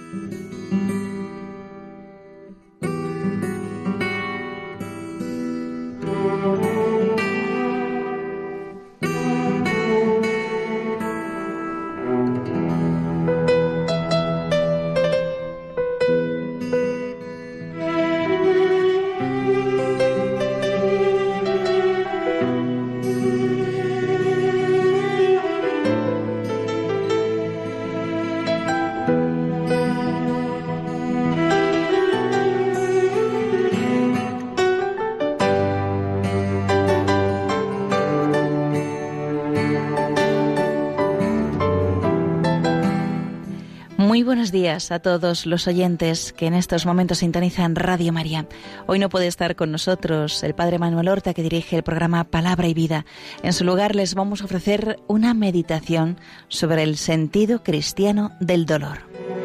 Muy buenos días a todos los oyentes que en estos momentos sintonizan Radio María. Hoy no puede estar con nosotros el Padre Manuel Horta, que dirige el programa Palabra y Vida. En su lugar les vamos a ofrecer una meditación sobre el sentido cristiano del dolor.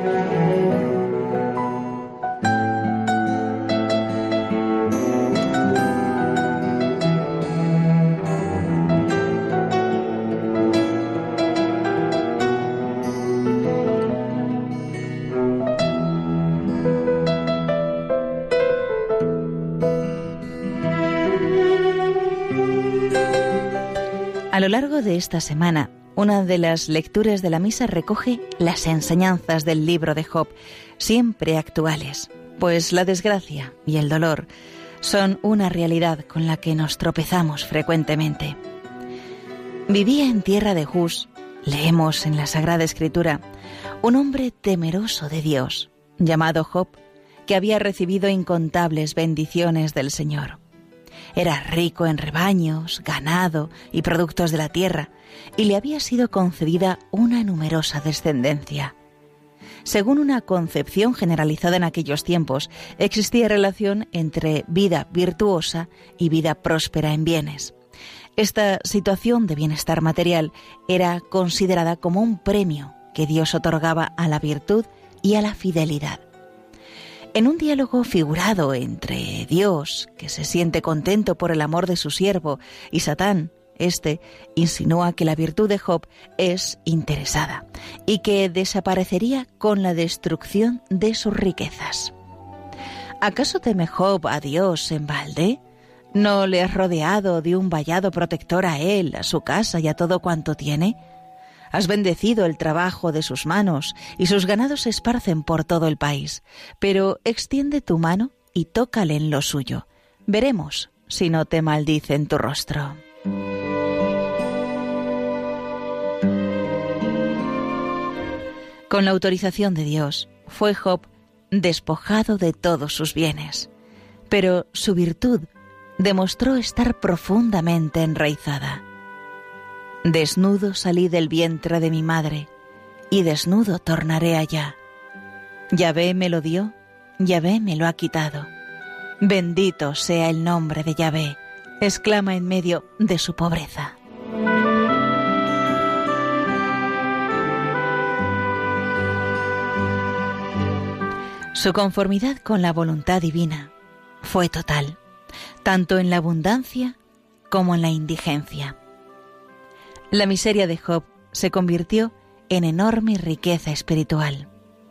A lo largo de esta semana, una de las lecturas de la misa recoge las enseñanzas del libro de Job, siempre actuales, pues la desgracia y el dolor son una realidad con la que nos tropezamos frecuentemente. Vivía en tierra de Uz, leemos en la Sagrada Escritura, un hombre temeroso de Dios, llamado Job, que había recibido incontables bendiciones del Señor. Era rico en rebaños, ganado y productos de la tierra, y le había sido concedida una numerosa descendencia. Según una concepción generalizada en aquellos tiempos, existía relación entre vida virtuosa y vida próspera en bienes. Esta situación de bienestar material era considerada como un premio que Dios otorgaba a la virtud y a la fidelidad. En un diálogo figurado entre Dios, que se siente contento por el amor de su siervo, y Satán, insinúa que la virtud de Job es interesada y que desaparecería con la destrucción de sus riquezas. ¿Acaso teme Job a Dios en balde? ¿No le has rodeado de un vallado protector a él, a su casa y a todo cuanto tiene? Has bendecido el trabajo de sus manos, y sus ganados se esparcen por todo el país. Pero extiende tu mano y tócale en lo suyo. Veremos si no te maldice en tu rostro. Con la autorización de Dios, fue Job despojado de todos sus bienes. Pero su virtud demostró estar profundamente enraizada. Desnudo salí del vientre de mi madre, y desnudo tornaré allá. Yahvé me lo dio, Yahvé me lo ha quitado. Bendito sea el nombre de Yahvé, exclama en medio de su pobreza. Su conformidad con la voluntad divina fue total, tanto en la abundancia como en la indigencia. La miseria de Job se convirtió en enorme riqueza espiritual.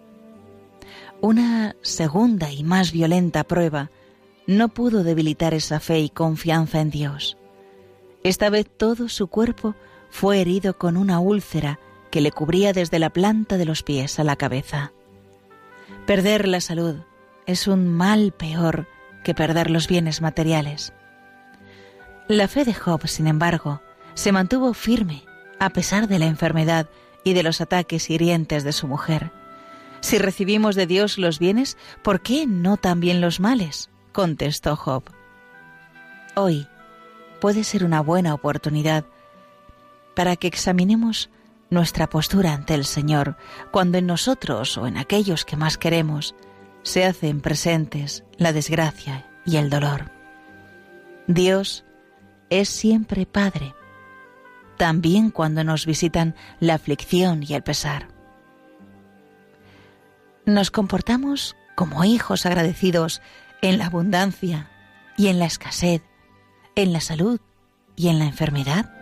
Una segunda y más violenta prueba no pudo debilitar esa fe y confianza en Dios. Esta vez todo su cuerpo fue herido con una úlcera que le cubría desde la planta de los pies a la cabeza. Perder la salud es un mal peor que perder los bienes materiales. La fe de Job, sin embargo, se mantuvo firme a pesar de la enfermedad y de los ataques hirientes de su mujer. Si recibimos de Dios los bienes, ¿por qué no también los males?, contestó Job. Hoy puede ser una buena oportunidad para que examinemos nuestra postura ante el Señor cuando en nosotros o en aquellos que más queremos se hacen presentes la desgracia y el dolor. Dios es siempre Padre, también cuando nos visitan la aflicción y el pesar. ¿Nos comportamos como hijos agradecidos en la abundancia y en la escasez, en la salud y en la enfermedad?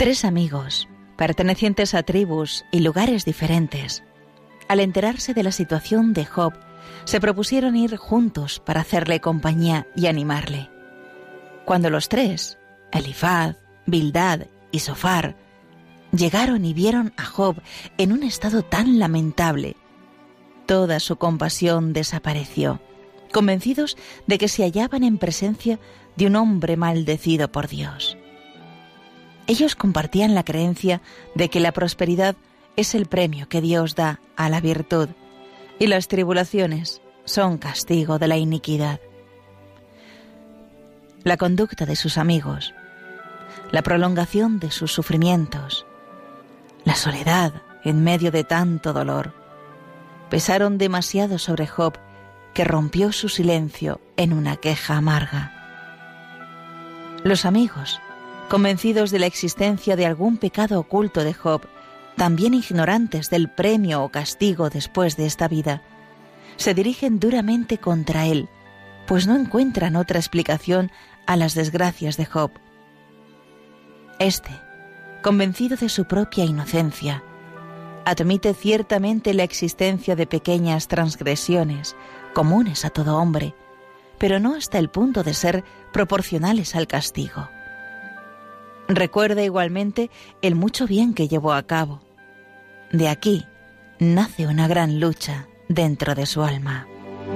3 amigos, pertenecientes a tribus y lugares diferentes, al enterarse de la situación de Job, se propusieron ir juntos para hacerle compañía y animarle. Cuando los 3, Elifaz, Bildad y Sofar, llegaron y vieron a Job en un estado tan lamentable, toda su compasión desapareció, convencidos de que se hallaban en presencia de un hombre maldecido por Dios. Ellos compartían la creencia de que la prosperidad es el premio que Dios da a la virtud y las tribulaciones son castigo de la iniquidad. La conducta de sus amigos, la prolongación de sus sufrimientos, la soledad en medio de tanto dolor, pesaron demasiado sobre Job, que rompió su silencio en una queja amarga. Los amigos, convencidos de la existencia de algún pecado oculto de Job, también ignorantes del premio o castigo después de esta vida, se dirigen duramente contra él, pues no encuentran otra explicación a las desgracias de Job. Este, convencido de su propia inocencia, admite ciertamente la existencia de pequeñas transgresiones comunes a todo hombre, pero no hasta el punto de ser proporcionales al castigo. Recuerda igualmente el mucho bien que llevó a cabo. De aquí nace una gran lucha dentro de su alma.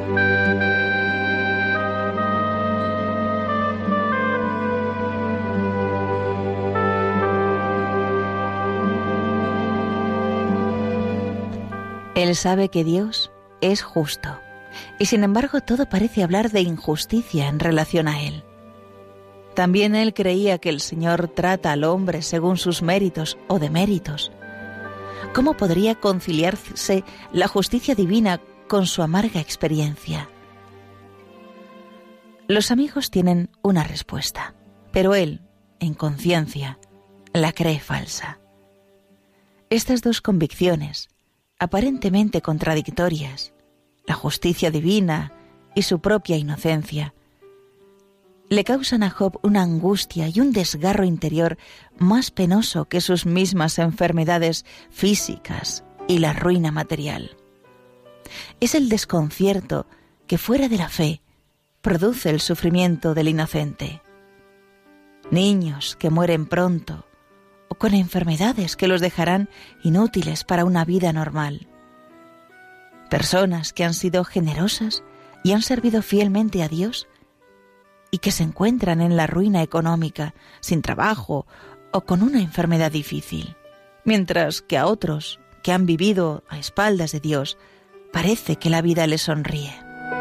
Él sabe que Dios es justo, y sin embargo todo parece hablar de injusticia en relación a él. También él creía que el Señor trata al hombre según sus méritos o deméritos. ¿Cómo podría conciliarse la justicia divina con su amarga experiencia? Los amigos tienen una respuesta, pero él, en conciencia, la cree falsa. Estas dos convicciones, aparentemente contradictorias, la justicia divina y su propia inocencia, le causan a Job una angustia y un desgarro interior más penoso que sus mismas enfermedades físicas y la ruina material. Es el desconcierto que fuera de la fe produce el sufrimiento del inocente. Niños que mueren pronto o con enfermedades que los dejarán inútiles para una vida normal. Personas que han sido generosas y han servido fielmente a Dios y que se encuentran en la ruina económica, sin trabajo o con una enfermedad difícil, mientras que a otros que han vivido a espaldas de Dios parece que la vida les sonríe.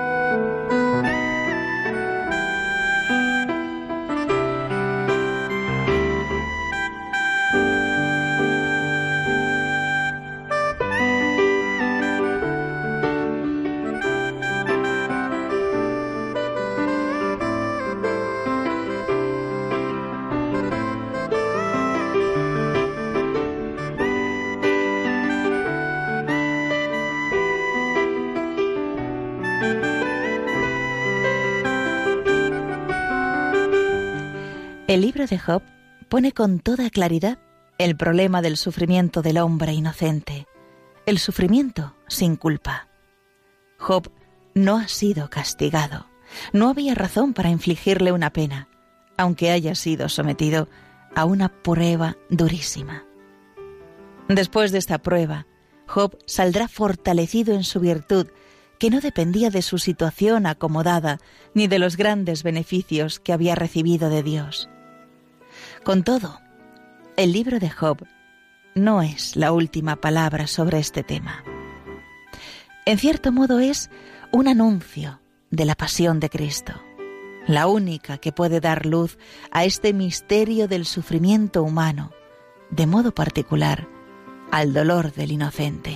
El libro de Job pone con toda claridad el problema del sufrimiento del hombre inocente, el sufrimiento sin culpa. Job no ha sido castigado, no había razón para infligirle una pena, aunque haya sido sometido a una prueba durísima. Después de esta prueba, Job saldrá fortalecido en su virtud, que no dependía de su situación acomodada ni de los grandes beneficios que había recibido de Dios. Con todo, el libro de Job no es la última palabra sobre este tema. En cierto modo es un anuncio de la pasión de Cristo, la única que puede dar luz a este misterio del sufrimiento humano, de modo particular al dolor del inocente.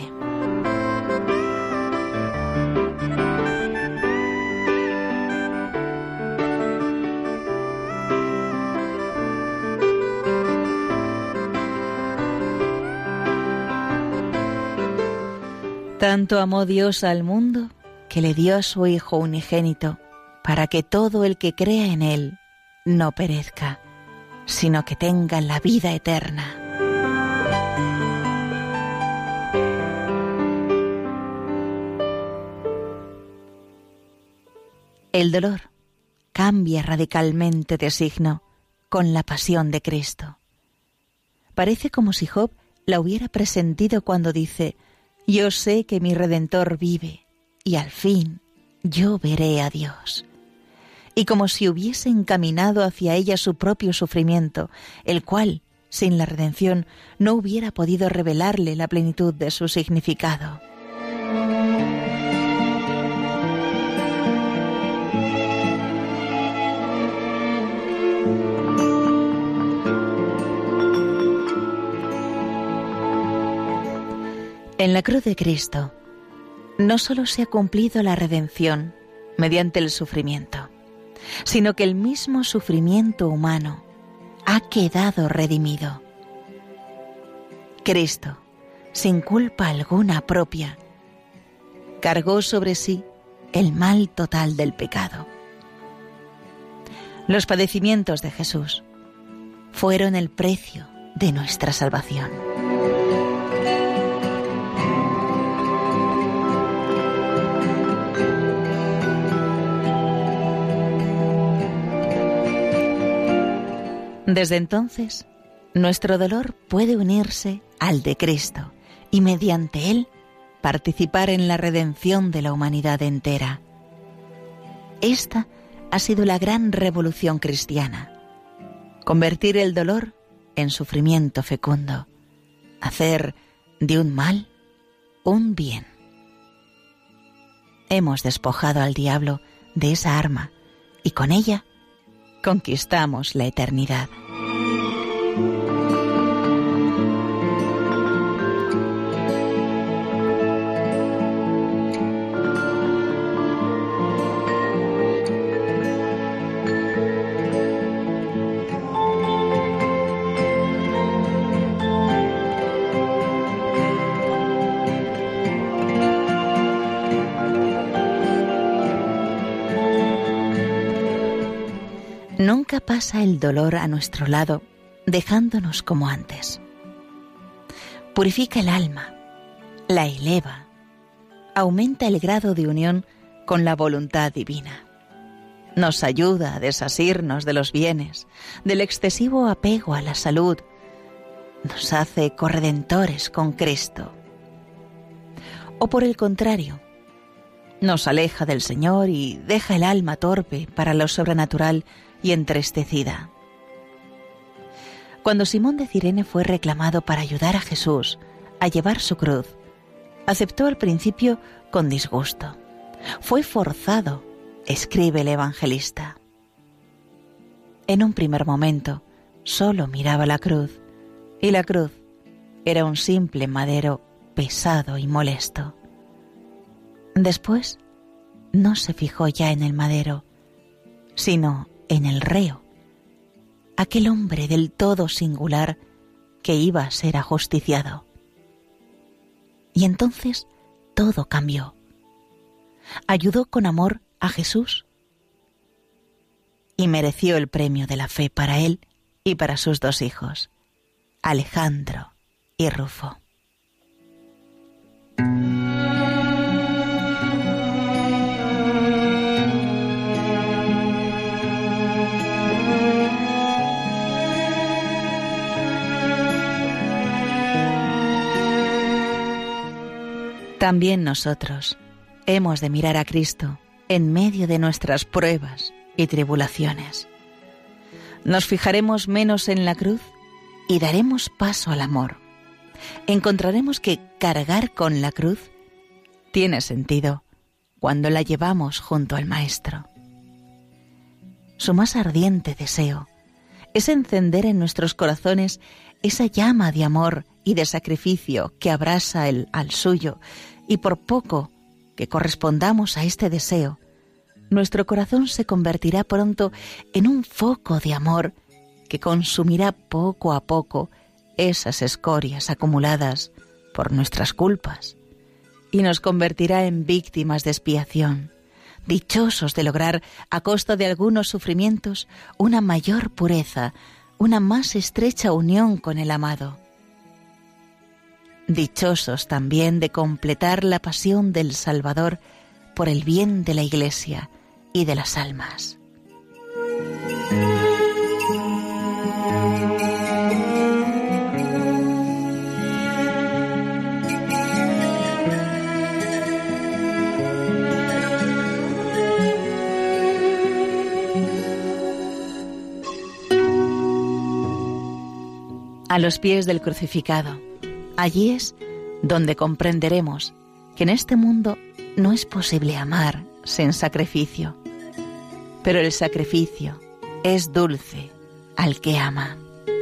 Tanto amó Dios al mundo que le dio a su Hijo unigénito, para que todo el que crea en Él no perezca, sino que tenga la vida eterna. El dolor cambia radicalmente de signo con la pasión de Cristo. Parece como si Job la hubiera presentido cuando dice: «Yo sé que mi Redentor vive, y al fin yo veré a Dios». Y como si hubiese encaminado hacia ella su propio sufrimiento, el cual, sin la redención, no hubiera podido revelarle la plenitud de su significado. En la cruz de Cristo, no solo se ha cumplido la redención mediante el sufrimiento, sino que el mismo sufrimiento humano ha quedado redimido. Cristo, sin culpa alguna propia, cargó sobre sí el mal total del pecado. Los padecimientos de Jesús fueron el precio de nuestra salvación. Desde entonces, nuestro dolor puede unirse al de Cristo y mediante él participar en la redención de la humanidad entera. Esta ha sido la gran revolución cristiana: convertir el dolor en sufrimiento fecundo, hacer de un mal un bien. Hemos despojado al diablo de esa arma y con ella conquistamos la eternidad. Nunca pasa el dolor a nuestro lado dejándonos como antes. Purifica el alma, la eleva, aumenta el grado de unión con la voluntad divina. Nos ayuda a desasirnos de los bienes, del excesivo apego a la salud. Nos hace corredentores con Cristo. O por el contrario, nos aleja del Señor y deja el alma torpe para lo sobrenatural y entristecida. Cuando Simón de Cirene fue reclamado para ayudar a Jesús a llevar su cruz, aceptó al principio con disgusto. Fue forzado, escribe el evangelista. En un primer momento solo miraba la cruz, y la cruz era un simple madero pesado y molesto. Después no se fijó ya en el madero, sino en el reo, aquel hombre del todo singular que iba a ser ajusticiado. Y entonces todo cambió. Ayudó con amor a Jesús y mereció el premio de la fe para él y para sus dos hijos, Alejandro y Rufo. También nosotros hemos de mirar a Cristo en medio de nuestras pruebas y tribulaciones. Nos fijaremos menos en la cruz y daremos paso al amor. Encontraremos que cargar con la cruz tiene sentido cuando la llevamos junto al Maestro. Su más ardiente deseo es encender en nuestros corazones esa llama de amor y de sacrificio que abrasa al suyo, y por poco que correspondamos a este deseo, nuestro corazón se convertirá pronto en un foco de amor que consumirá poco a poco esas escorias acumuladas por nuestras culpas y nos convertirá en víctimas de expiación, dichosos de lograr, a costa de algunos sufrimientos, una mayor pureza, una más estrecha unión con el amado. Dichosos también de completar la pasión del Salvador por el bien de la Iglesia y de las almas. A los pies del crucificado, allí es donde comprenderemos que en este mundo no es posible amar sin sacrificio, pero el sacrificio es dulce al que ama.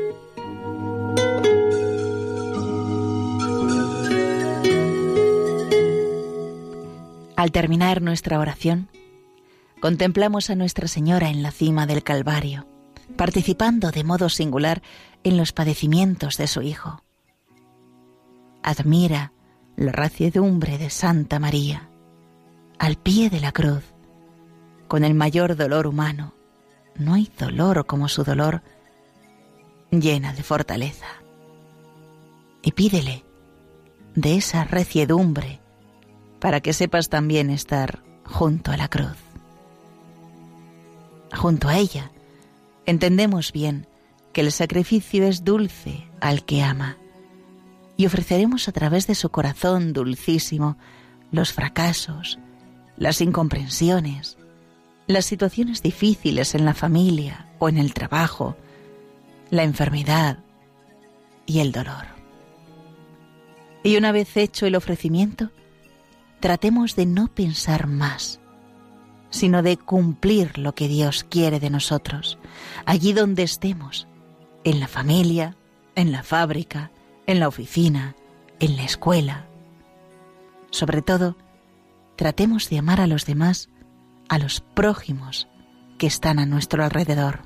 Al terminar nuestra oración, contemplamos a Nuestra Señora en la cima del Calvario, participando de modo singular en los padecimientos de su Hijo. Admira la reciedumbre de Santa María, al pie de la cruz, con el mayor dolor humano. No hay dolor como su dolor, llena de fortaleza. Y pídele de esa reciedumbre para que sepas también estar junto a la cruz. Junto a ella, entendemos bien que el sacrificio es dulce al que ama, y ofreceremos a través de su corazón dulcísimo los fracasos, las incomprensiones, las situaciones difíciles en la familia o en el trabajo, la enfermedad y el dolor. Y una vez hecho el ofrecimiento, tratemos de no pensar más, sino de cumplir lo que Dios quiere de nosotros, allí donde estemos, en la familia, en la fábrica, en la oficina, en la escuela. Sobre todo, tratemos de amar a los demás, a los prójimos que están a nuestro alrededor.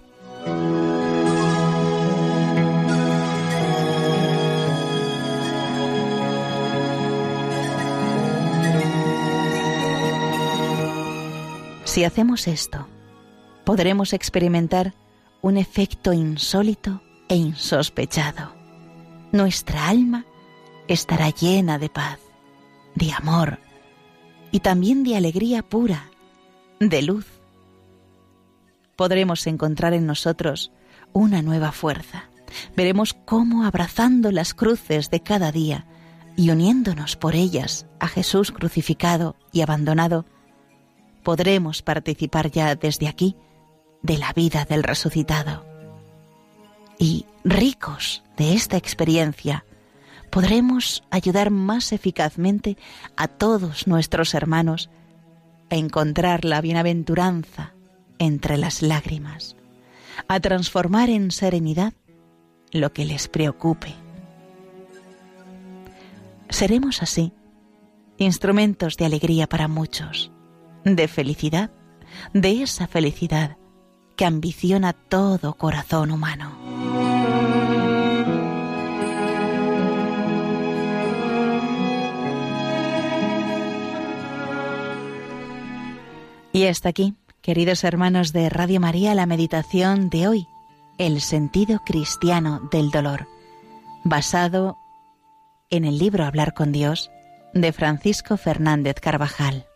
Si hacemos esto, podremos experimentar un efecto insólito e insospechado. Nuestra alma estará llena de paz, de amor y también de alegría pura, de luz. Podremos encontrar en nosotros una nueva fuerza. Veremos cómo, abrazando las cruces de cada día y uniéndonos por ellas a Jesús crucificado y abandonado, podremos participar ya desde aquí de la vida del resucitado. Y, ricos de esta experiencia, podremos ayudar más eficazmente a todos nuestros hermanos a encontrar la bienaventuranza entre las lágrimas, a transformar en serenidad lo que les preocupe. Seremos así instrumentos de alegría para muchos, de felicidad, de esa felicidad que ambiciona todo corazón humano. Y hasta aquí, queridos hermanos de Radio María, la meditación de hoy, el sentido cristiano del dolor, basado en el libro Hablar con Dios, de Francisco Fernández Carvajal.